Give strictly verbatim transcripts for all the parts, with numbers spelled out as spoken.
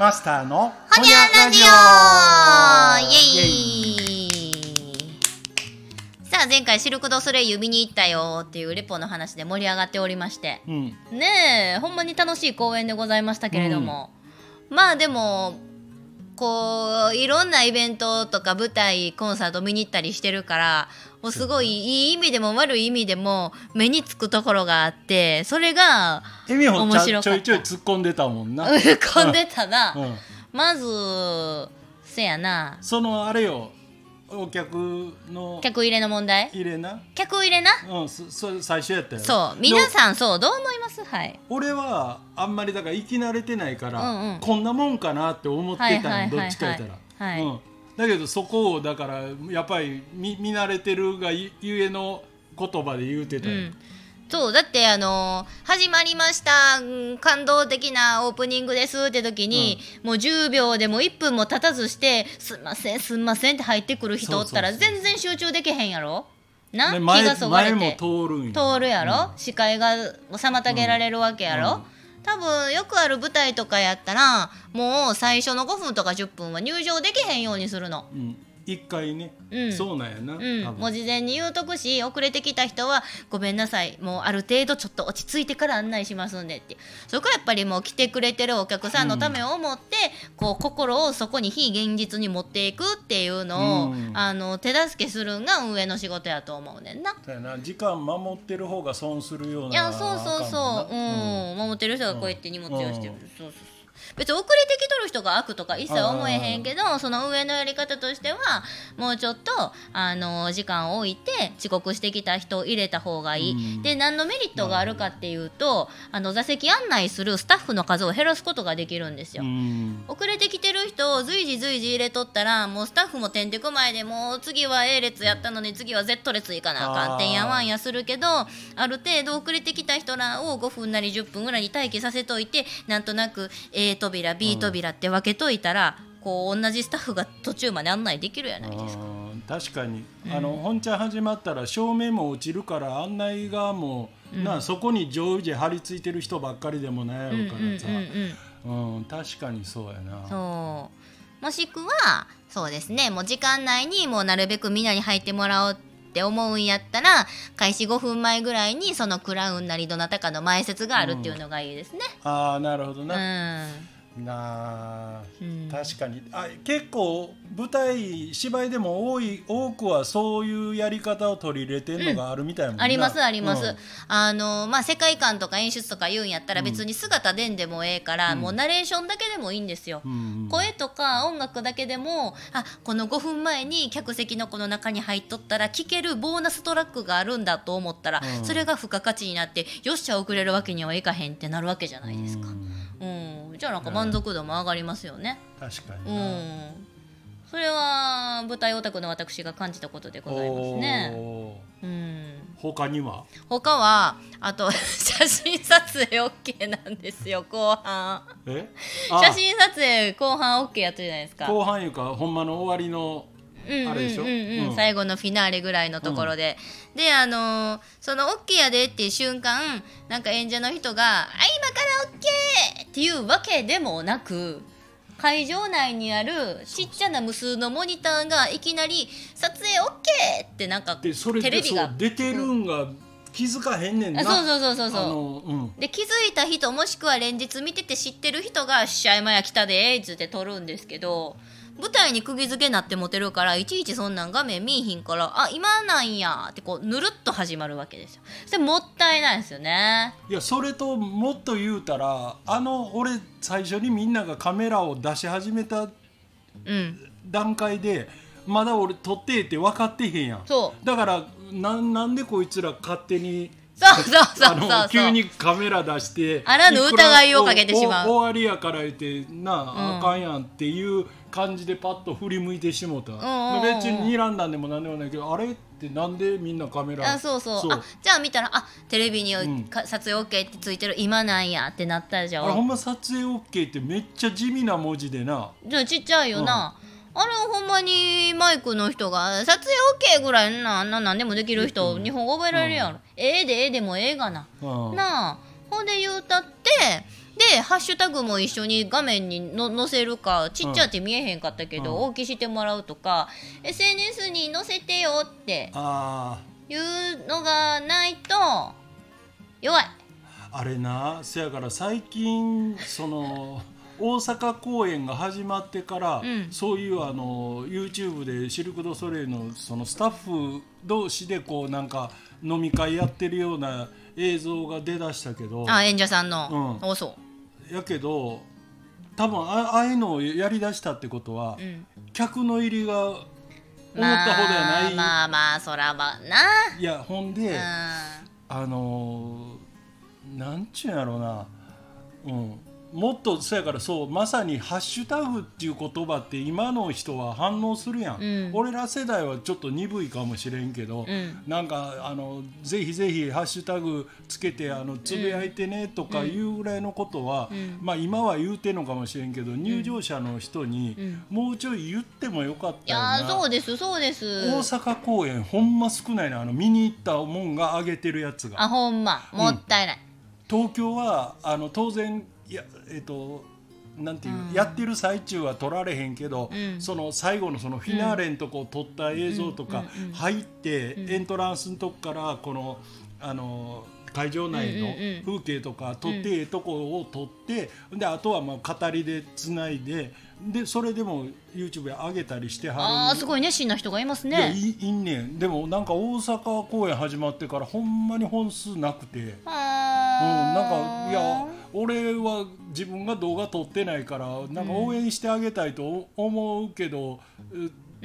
マスターのほにゃラジオイエイ。さあ前回シルク・ドゥ・ソレイユ見に行ったよっていうレポの話で盛り上がっておりまして、うん、ねえほんまに楽しい公演でございましたけれども、うん、まあでもこういろんなイベントとか舞台コンサート見に行ったりしてるからもうすごいいい意味でも悪い意味でも目につくところがあってそれが面白かった。 ちょいちょい突っ込んでたもんな突っ込んでたな、うん、まずせやなそのあれよお客の客入れの問題入れな客入れなうんそそ最初やったよ。 そう皆さんそうどう思います？はい、 俺はあんまりだから生き慣れてないから、うんうん、こんなもんかなって思ってたのどっちか言ったら、はい、うん、だけどそこをだからやっぱり 見, 見慣れてるがゆえの言葉で言うてたよ、うん、 そうだってあのー、始まりました、うん、感動的なオープニングですって時に、うん、もうじゅうびょうでもいっぷんも経たずしてすんませんすんませんって入ってくる人おったら全然集中できへんやろな、気がそがれて前も通るんや通るやろ、うん、視界が妨げられるわけやろ、うん、多分よくある舞台とかやったらもう最初のごふんとかじゅっぷんは入場できへんようにするの、うん、 一回ね、うん、そうなんやな、うん、 もう事前に言うとくし遅れてきた人はごめんなさいもうある程度ちょっと落ち着いてから案内しますんでってそこはやっぱりもう来てくれてるお客さんのためを思って、うん、こう心をそこに非現実に持っていくっていうのを、うん、あの手助けするんが運営の仕事やと思うねんな。 そうやな時間守ってる方が損するようないやそうそうそう、うん、守ってる人がこうやって荷物用意してる、うん、そうそうそう別に遅れてきとる人が悪とか一切思えへんけどその上のやり方としてはもうちょっとあの時間を置いて遅刻してきた人を入れた方がいい、うん、で何のメリットがあるかっていうとあの座席案内するスタッフの数を減らすことができるんですよ、うん、遅れてきてる人を随時随時入れとったらもうスタッフもてんてこまいでもう次は A 列やったのに次は Z 列行かなあかんてんやわんやするけどある程度遅れてきた人らをごふんなりじゅっぷんぐらいに待機させといてなんとなく A扉 B 扉って分けといたら、うん、こう同じスタッフが途中まで案内できるやないですか。 確かに、うん、あの本茶始まったら照明も落ちるから案内側も、うん、なそこに常時張り付いてる人ばっかりでもないやろからさ、うんうんうんうん、確かにそうやな。 そうもしくはそうですねもう時間内にもうなるべくみんなに入ってもらおうって思うんやったら開始ごふんまえぐらいにそのクラウンなりどなたかの前説があるっていうのがいいですね、 うん、ああなるほどな、うん、な、うん、確かにあ結構舞台芝居でも多い多くはそういうやり方を取り入れてるのがあるみたいもんな、うん、 ありますあります、うん、あのまあ世界観とか演出とか言うんやったら別に姿でんでもええから、うん、もうナレーションだけでもいいんですよ、うんうん、声とか音楽だけでもあこのごふんまえに客席のこの中に入っとったら聴けるボーナストラックがあるんだと思ったら、うん、それが付加価値になってよっしゃ遅れるわけにはいかへんってなるわけじゃないですか、うんうん、じゃあなんか満足度も上がりますよね、 うん、確かにな、 うんそれは舞台オタクの私が感じたことでございますね、うん、 他には他はあと写真撮影 OK なんですよ後半え写真撮影後半 OK やったじゃないですか後半いうかほんまの終わりのあれでしょ、うんうんうんうん、最後のフィナーレぐらいのところで、うん、であのー、その OK やでっていう瞬間なんか演者の人があ今から OK っていうわけでもなく会場内にあるちっちゃな無数のモニターがいきなり撮影 OK ってなんかテレビが出てるんが気づかへんねんな、 うん、そうそうそうそうそう、うん、で気づいた人もしくは連日見てて知ってる人が試合前や来たでーって撮るんですけど舞台に釘付けなって持てるからいちいちそんなん画面見いひんからあ今なんやってこうぬるっと始まるわけですよ。それもったいないですよね。 いやそれともっと言うたらあの俺最初にみんながカメラを出し始めた段階で、うん、まだ俺撮ってって分かってへんやん。 そうだから な, なんでこいつら勝手にそうそうそうそうそう急にカメラ出してあらぬ疑いをかけてしまう終わりやから言ってな、うん、あかんやんっていう感じでパッと振り向いてしもた、うんうんうん、別に睨んだんでもなんでもないけどあれってなんでみんなカメラあそうそうそうあじゃあ見たらあテレビに、うん、撮影 OK ってついてる今なんやってなったじゃん。 あれほんま撮影 OK ってめっちゃ地味な文字でなじゃあちっちゃいよな、うん、あれほんまにマイクの人が撮影 OK ぐらいな何でもできる人、うん、日本語覚えられるやろ、うん、ええでええでもええがな、うん、なあほこで言うたってでハッシュタグも一緒に画面にの載せるかちっちゃって見えへんかったけど、うん、大きしてもらうとか エスエヌエス に載せてよっていうのがないと弱い。 あれな、せやから最近その大阪公演が始まってから、うん、そういうあの YouTube でシルク・ドゥ・ソレイユのそのスタッフ同士でこうなんか飲み会やってるような映像が出だしたけど、 あ、演者さんの、うん、おそうやけど多分 あ, ああいうのをやりだしたってことは、うん、客の入りが思ったほどやない。 まあまあまあそらまあな。 いやほんで、うん、あのなんちゅうんやろうな、うん、もっとそうやからそうまさにハッシュタグっていう言葉って今の人は反応するやん、うん、俺ら世代はちょっと鈍いかもしれんけど、うん、なんかあのぜひぜひハッシュタグつけてあのつぶやいてねとかいうぐらいのことは、うん、まあ今は言うてんのかもしれんけど、入場者の人にもうちょい言ってもよかったよな。 いやそうですそうです。 大阪公演ほんま少ないな、あの見に行ったもんが上げてるやつが。 あほんまもったいない、 うん、東京はあの当然いやえっとなんていう、うん、やってる最中は撮られへんけど、うん、その最後のそのフィナーレのとこ撮った映像とか入って、うん、エントランスのとこからこのあの会場内の風景とか撮ってええとこを撮って、であとはまあ語りでつないで、でそれでも YouTube で上げたりしてはる。 あーすごい熱心な人がいますね。 いや い, いんねん。でもなんか大阪公演始まってからほんまに本数なくて、うん、なんかいや俺は自分が動画撮ってないからなんか応援してあげたいと思うけど、うんうん、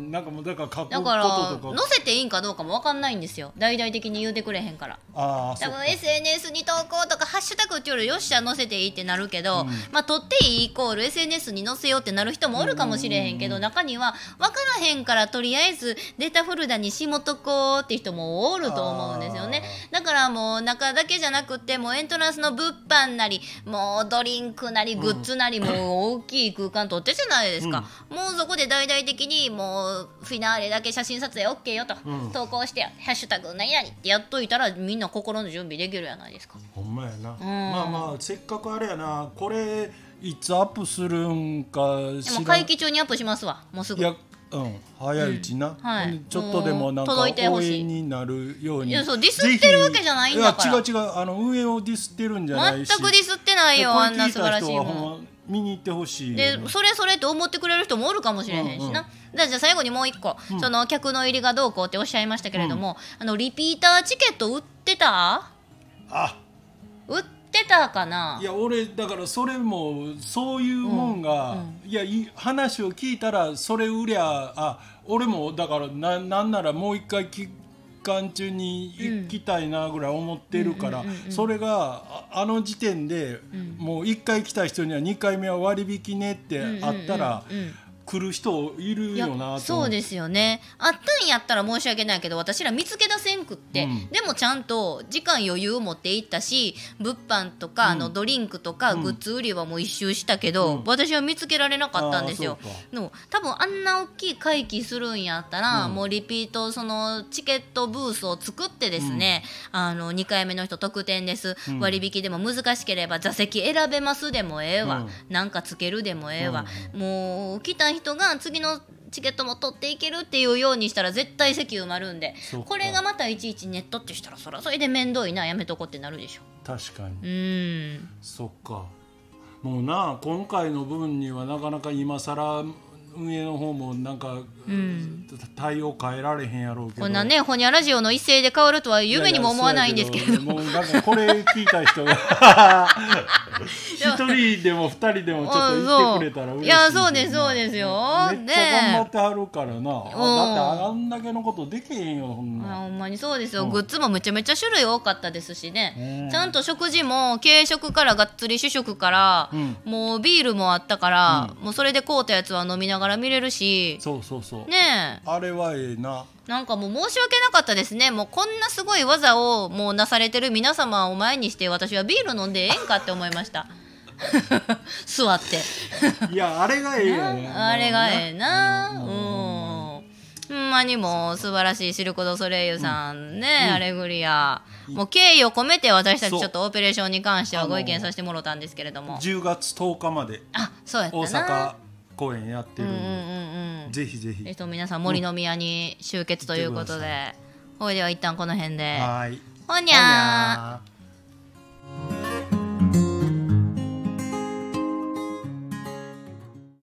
なんかもうだから書くこととかだから載せていいんかどうかも分かんないんですよ、大々的に言うてくれへんから。 あ多分 エスエヌエス に投稿とかハッシュタグっていうよりよっしゃ載せていいってなるけど、うん、まあ撮っていいイコール エスエヌエス に載せようってなる人もおるかもしれへんけど、中には分からへんからとりあえずデータフォルダにしもとこうって人もおると思うんですよね。だからもう中だけじゃなくてもうエントランスの物販なりもうドリンクなりグッズなり、うん、もう大きい空間撮ってじゃないですか、うん、もうそこで大々的にもうフィナーレだけ写真撮影 OK よと、うん、投稿してよハッシュタグ何々ってやっといたらみんな心の準備できるやないですか。 ほんまやな、うん、まあまあせっかくあれやな、これいつアップするんか知らん。でも会期中にアップしますわ、もうすぐ。 いやうん、早いうちな、うんはい、ちょっとでもなんか応援になるように。 いやそうディスってるわけじゃないんだから。 いや違う違う、あの運営をディスってるんじゃないし、 全くディスってないよ、あんな素晴らしいもん。 見に行ってほしい、 ね、でそれそれって思ってくれる人もおるかもしれへんしな、うんうん、じゃあ最後にもう一個、うん、その客の入りがどうこうっておっしゃいましたけれども、うん、あのリピーターチケット売ってた？ あ売ってたかな。 いや俺だからそれもそういうもんが、うんうん、いや話を聞いたらそれ売りゃあ俺もだから な, なんならもう一回期間中に行きたいなぐらい思ってるから、それが あ, あの時点で、うん、もういっかい来た人にはにかいめは割引ねってあったら、うんうんうんうん来る人いるよなと。 そうですよね。あったんやったら申し訳ないけど私ら見つけ出せんくって、うん、でもちゃんと時間余裕を持っていったし物販とか、うん、あのドリンクとか、うん、グッズ売り場も一周したけど、うん、私は見つけられなかったんですよ。でも多分あんな大きい会期するんやったら、うん、もうリピートそのチケットブースを作ってですね、うん、あのにかいめの人特典です、うん、割引でも難しければ座席選べますでもええわ、うん、なんかつけるでもええわ、うん、もう来た人が次のチケットも取っていけるっていうようにしたら絶対席埋まるんで、これがまたいちいちネットってしたらそらそれで面倒いな、やめとこってなるでしょ。 確かに。 うん。 そっか。もうな今回の分にはなかなか今更運営の方もなんか、うん、対応変えられへんやろうけど、 こんなねほにゃラジオの一斉で変わるとは夢にも思わないんですけれども、 もうなんかこれ聞いた人が一人でも二人でもちょっと言ってくれたら嬉しい。いやそうですそうですよ。 めっちゃ頑張ってはるからな、ね、だってあんだけのことできへんよほんま。 あほんまにそうですよ、うん、グッズもめちゃめちゃ種類多かったですしね、うん、ちゃんと食事も軽食からがっつり主食から、うん、もうビールもあったから、うん、もうそれで買うたやつは飲みながら見れるし、 そうそうそうねえあれはええな。 なんかもう申し訳なかったですね。もうこんなすごい技をもうなされてる皆様を前にして私はビール飲んでええんかって思いました座っていやあれがええよねあれがええな、うん、ほんまにもう素晴らしいシルク・ドゥ・ソレイユさんね、うん、アレグリアもう敬意を込めて私たちちょっとオペレーションに関してはご意見させてもらったんですけれども、 じゅうがつとおかまであそうやったな大阪公演やってるんで、うんうんうんうん、ぜひぜひ、 えっと、皆さん森の宮に集結ということで、ほいでは一旦この辺で、 はい、 ほにゃー。